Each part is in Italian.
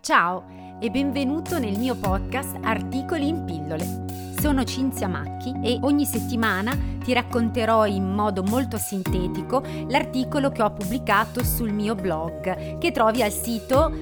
Ciao e benvenuto nel mio podcast Articoli in pillole. Sono Cinzia Macchi e ogni settimana ti racconterò in modo molto sintetico l'articolo che ho pubblicato sul mio blog, che trovi al sito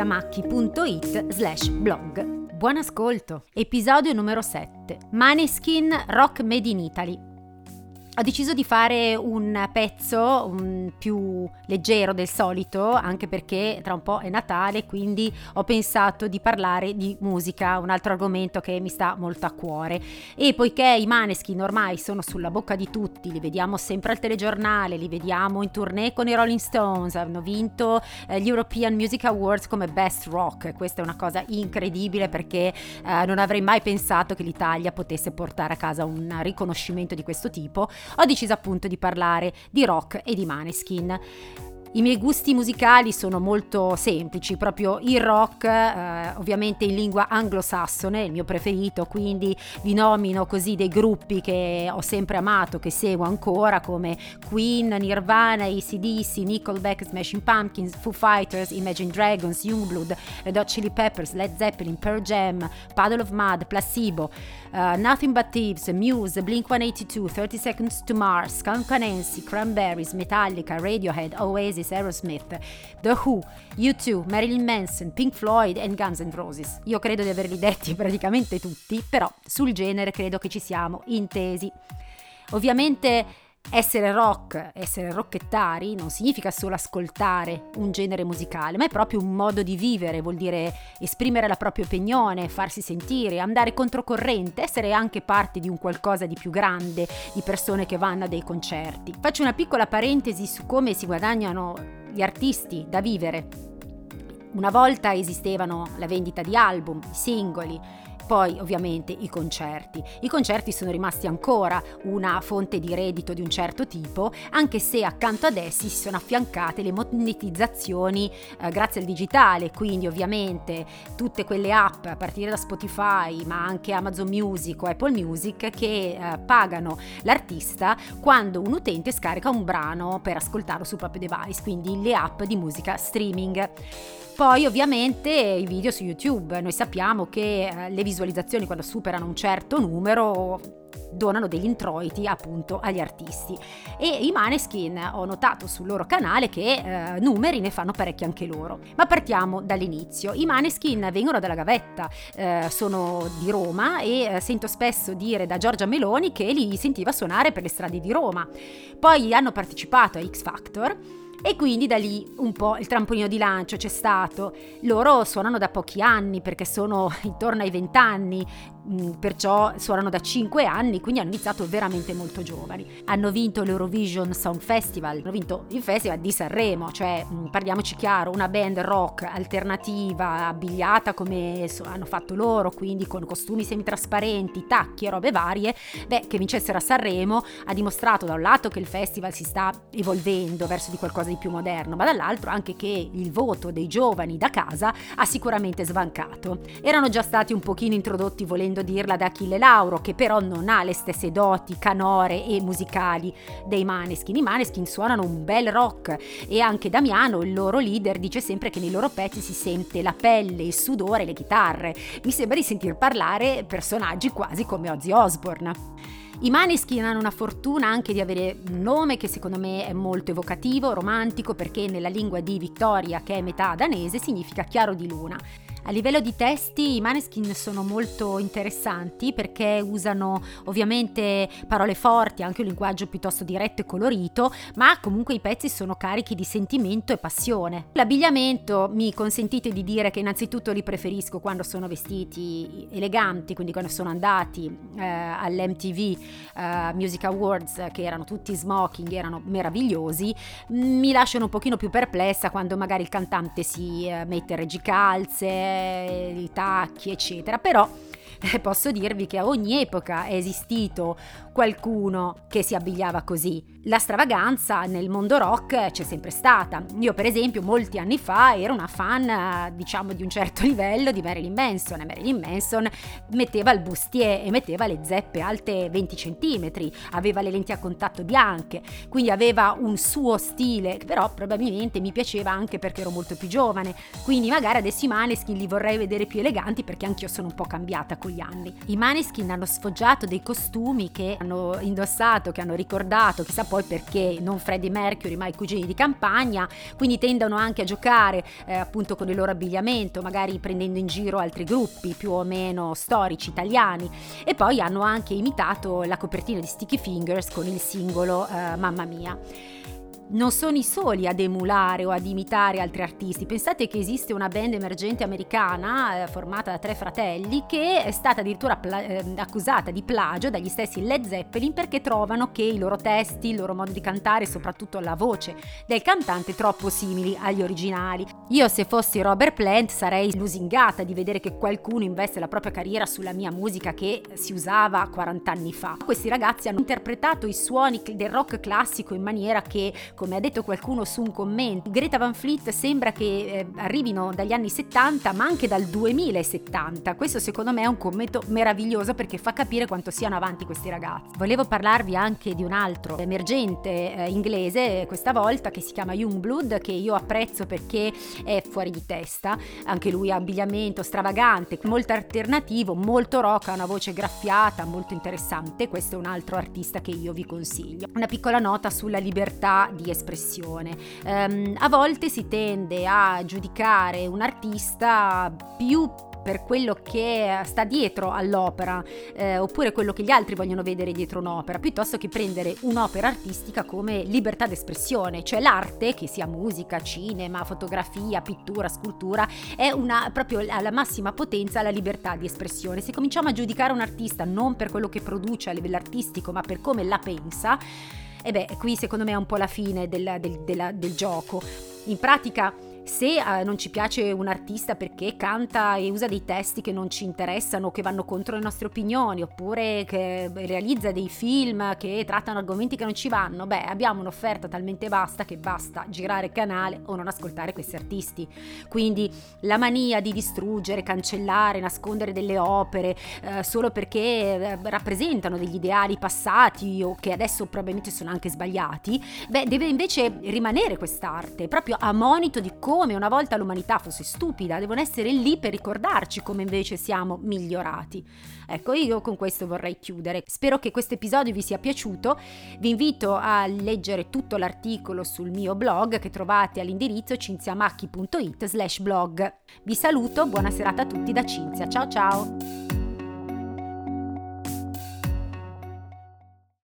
cinziamacchi.it/blog. Buon ascolto! Episodio numero 7. Maneskin Rock Made in Italy. Ho deciso di fare un pezzo più leggero del solito, anche perché tra un po' è Natale, quindi ho pensato di parlare di musica, un altro argomento che mi sta molto a cuore. E poiché i Maneskin ormai sono sulla bocca di tutti, li vediamo sempre al telegiornale, li vediamo in tournée con i Rolling Stones, hanno vinto gli European Music Awards come Best Rock. Questa è una cosa incredibile, perché non avrei mai pensato che l'Italia potesse portare a casa un riconoscimento di questo tipo. Ho deciso appunto di parlare di rock e di Maneskin. I miei gusti musicali sono molto semplici, proprio il rock, ovviamente in lingua anglosassone, il mio preferito, quindi vi nomino così dei gruppi che ho sempre amato, che seguo ancora, come Queen, Nirvana, AC/DC, Nickelback, Smashing Pumpkins, Foo Fighters, Imagine Dragons, Youngblood, Red Hot Chili Peppers, Led Zeppelin, Pearl Jam, Puddle of Mudd, Placebo, Nothing But Thieves, Muse, Blink-182, 30 Seconds to Mars, Skunk Anansi, Cranberries, Metallica, Radiohead, Oasis, Aerosmith, The Who, U2, Marilyn Manson, Pink Floyd e Guns N' Roses. Io credo di averli detti praticamente tutti, però sul genere credo che ci siamo intesi. Ovviamente essere rockettari non significa solo ascoltare un genere musicale, ma è proprio un modo di vivere, vuol dire esprimere la propria opinione, farsi sentire, andare controcorrente, essere anche parte di un qualcosa di più grande, di persone che vanno a dei concerti. Faccio una piccola parentesi su come si guadagnano gli artisti da vivere. Una volta esistevano la vendita di album, i singoli, poi ovviamente i concerti. I concerti sono rimasti ancora una fonte di reddito di un certo tipo, anche se accanto ad essi si sono affiancate le monetizzazioni grazie al digitale, quindi ovviamente tutte quelle app a partire da Spotify, ma anche Amazon Music o Apple Music, che pagano l'artista quando un utente scarica un brano per ascoltarlo sul proprio device, quindi le app di musica streaming. Poi ovviamente i video su YouTube, noi sappiamo che le visualizzazioni quando superano un certo numero donano degli introiti appunto agli artisti, e i Maneskin ho notato sul loro canale che numeri ne fanno parecchi anche loro. Ma partiamo dall'inizio. I Maneskin vengono dalla gavetta, sono di Roma e sento spesso dire da Giorgia Meloni che li sentiva suonare per le strade di Roma. Poi hanno partecipato a X Factor e quindi da lì un po' il trampolino di lancio c'è stato. Loro suonano da pochi anni, perché sono intorno ai 20 anni, perciò suonano da 5 anni, quindi hanno iniziato veramente molto giovani. Hanno vinto l'Eurovision Song Festival, hanno vinto il Festival di Sanremo, cioè parliamoci chiaro, una band rock alternativa, abbigliata come hanno fatto loro, quindi con costumi semitrasparenti, tacchi e robe varie, che vincessero a Sanremo ha dimostrato da un lato che il festival si sta evolvendo verso di qualcosa di più moderno, ma dall'altro anche che il voto dei giovani da casa ha sicuramente svancato. Erano già stati un pochino introdotti, volendo dirla, da Achille Lauro, che però non ha le stesse doti canore e musicali dei Maneskin. I Maneskin suonano un bel rock e anche Damiano, il loro leader, dice sempre che nei loro pezzi si sente la pelle, il sudore e le chitarre. Mi sembra di sentir parlare personaggi quasi come Ozzy Osbourne. I Maneskin hanno una fortuna anche di avere un nome che secondo me è molto evocativo, romantico, perché nella lingua di Victoria, che è metà danese, significa chiaro di luna. A livello di testi i Maneskin sono molto interessanti, perché usano ovviamente parole forti, anche un linguaggio piuttosto diretto e colorito, ma comunque i pezzi sono carichi di sentimento e passione. L'abbigliamento, mi consentite di dire che innanzitutto li preferisco quando sono vestiti eleganti, quindi quando sono andati all'MTV Music Awards, che erano tutti smoking, erano meravigliosi. Mi lasciano un pochino più perplessa quando magari il cantante si mette reggicalze, i tacchi eccetera, però posso dirvi che a ogni epoca è esistito qualcuno che si abbigliava così. La stravaganza nel mondo rock c'è sempre stata. Io per esempio molti anni fa ero una fan, diciamo, di un certo livello di Marilyn Manson, e Marilyn Manson metteva il bustier e metteva le zeppe alte 20 centimetri, aveva le lenti a contatto bianche, quindi aveva un suo stile, però probabilmente mi piaceva anche perché ero molto più giovane, quindi magari adesso i Maneskin li vorrei vedere più eleganti perché anch'io sono un po' cambiata con gli anni. I Maneskin hanno sfoggiato dei costumi che hanno indossato, che hanno ricordato, chissà poi perché, non Freddie Mercury ma i cugini di campagna, quindi tendono anche a giocare appunto con il loro abbigliamento, magari prendendo in giro altri gruppi più o meno storici italiani, e poi hanno anche imitato la copertina di Sticky Fingers con il singolo Mamma Mia. Non sono i soli ad emulare o ad imitare altri artisti. Pensate che esiste una band emergente americana formata da 3 fratelli che è stata addirittura accusata di plagio dagli stessi Led Zeppelin perché trovano che i loro testi, il loro modo di cantare e soprattutto la voce del cantante troppo simili agli originali. Io, se fossi Robert Plant, sarei lusingata di vedere che qualcuno investe la propria carriera sulla mia musica che si usava 40 anni fa. Questi ragazzi hanno interpretato i suoni del rock classico in maniera che, come ha detto qualcuno su un commento, Greta Van Fleet sembra che arrivino dagli anni 70 ma anche dal 2070. Questo secondo me è un commento meraviglioso perché fa capire quanto siano avanti questi ragazzi. Volevo parlarvi anche di un altro emergente inglese, questa volta, che si chiama Youngblood, che io apprezzo perché è fuori di testa. Anche lui ha abbigliamento stravagante, molto alternativo, molto rock, ha una voce graffiata, molto interessante. Questo è un altro artista che io vi consiglio. Una piccola nota sulla libertà di espressione. A volte si tende a giudicare un artista più per quello che sta dietro all'opera, oppure quello che gli altri vogliono vedere dietro un'opera, piuttosto che prendere un'opera artistica come libertà d'espressione, cioè l'arte, che sia musica, cinema, fotografia, pittura, scultura, è proprio alla massima potenza la libertà di espressione. Se cominciamo a giudicare un artista non per quello che produce a livello artistico, ma per come la pensa, qui secondo me è un po' la fine del gioco. In pratica, se non ci piace un artista perché canta e usa dei testi che non ci interessano, che vanno contro le nostre opinioni, oppure che realizza dei film che trattano argomenti che non ci vanno, abbiamo un'offerta talmente vasta che basta girare canale o non ascoltare questi artisti. Quindi la mania di distruggere, cancellare, nascondere delle opere solo perché rappresentano degli ideali passati o che adesso probabilmente sono anche sbagliati, deve invece rimanere quest'arte, proprio a monito di come una volta l'umanità fosse stupida, devono essere lì per ricordarci come invece siamo migliorati. Ecco, io con questo vorrei chiudere. Spero che questo episodio vi sia piaciuto. Vi invito a leggere tutto l'articolo sul mio blog che trovate all'indirizzo cinziamacchi.it/blog. Vi saluto, buona serata a tutti da Cinzia. Ciao ciao!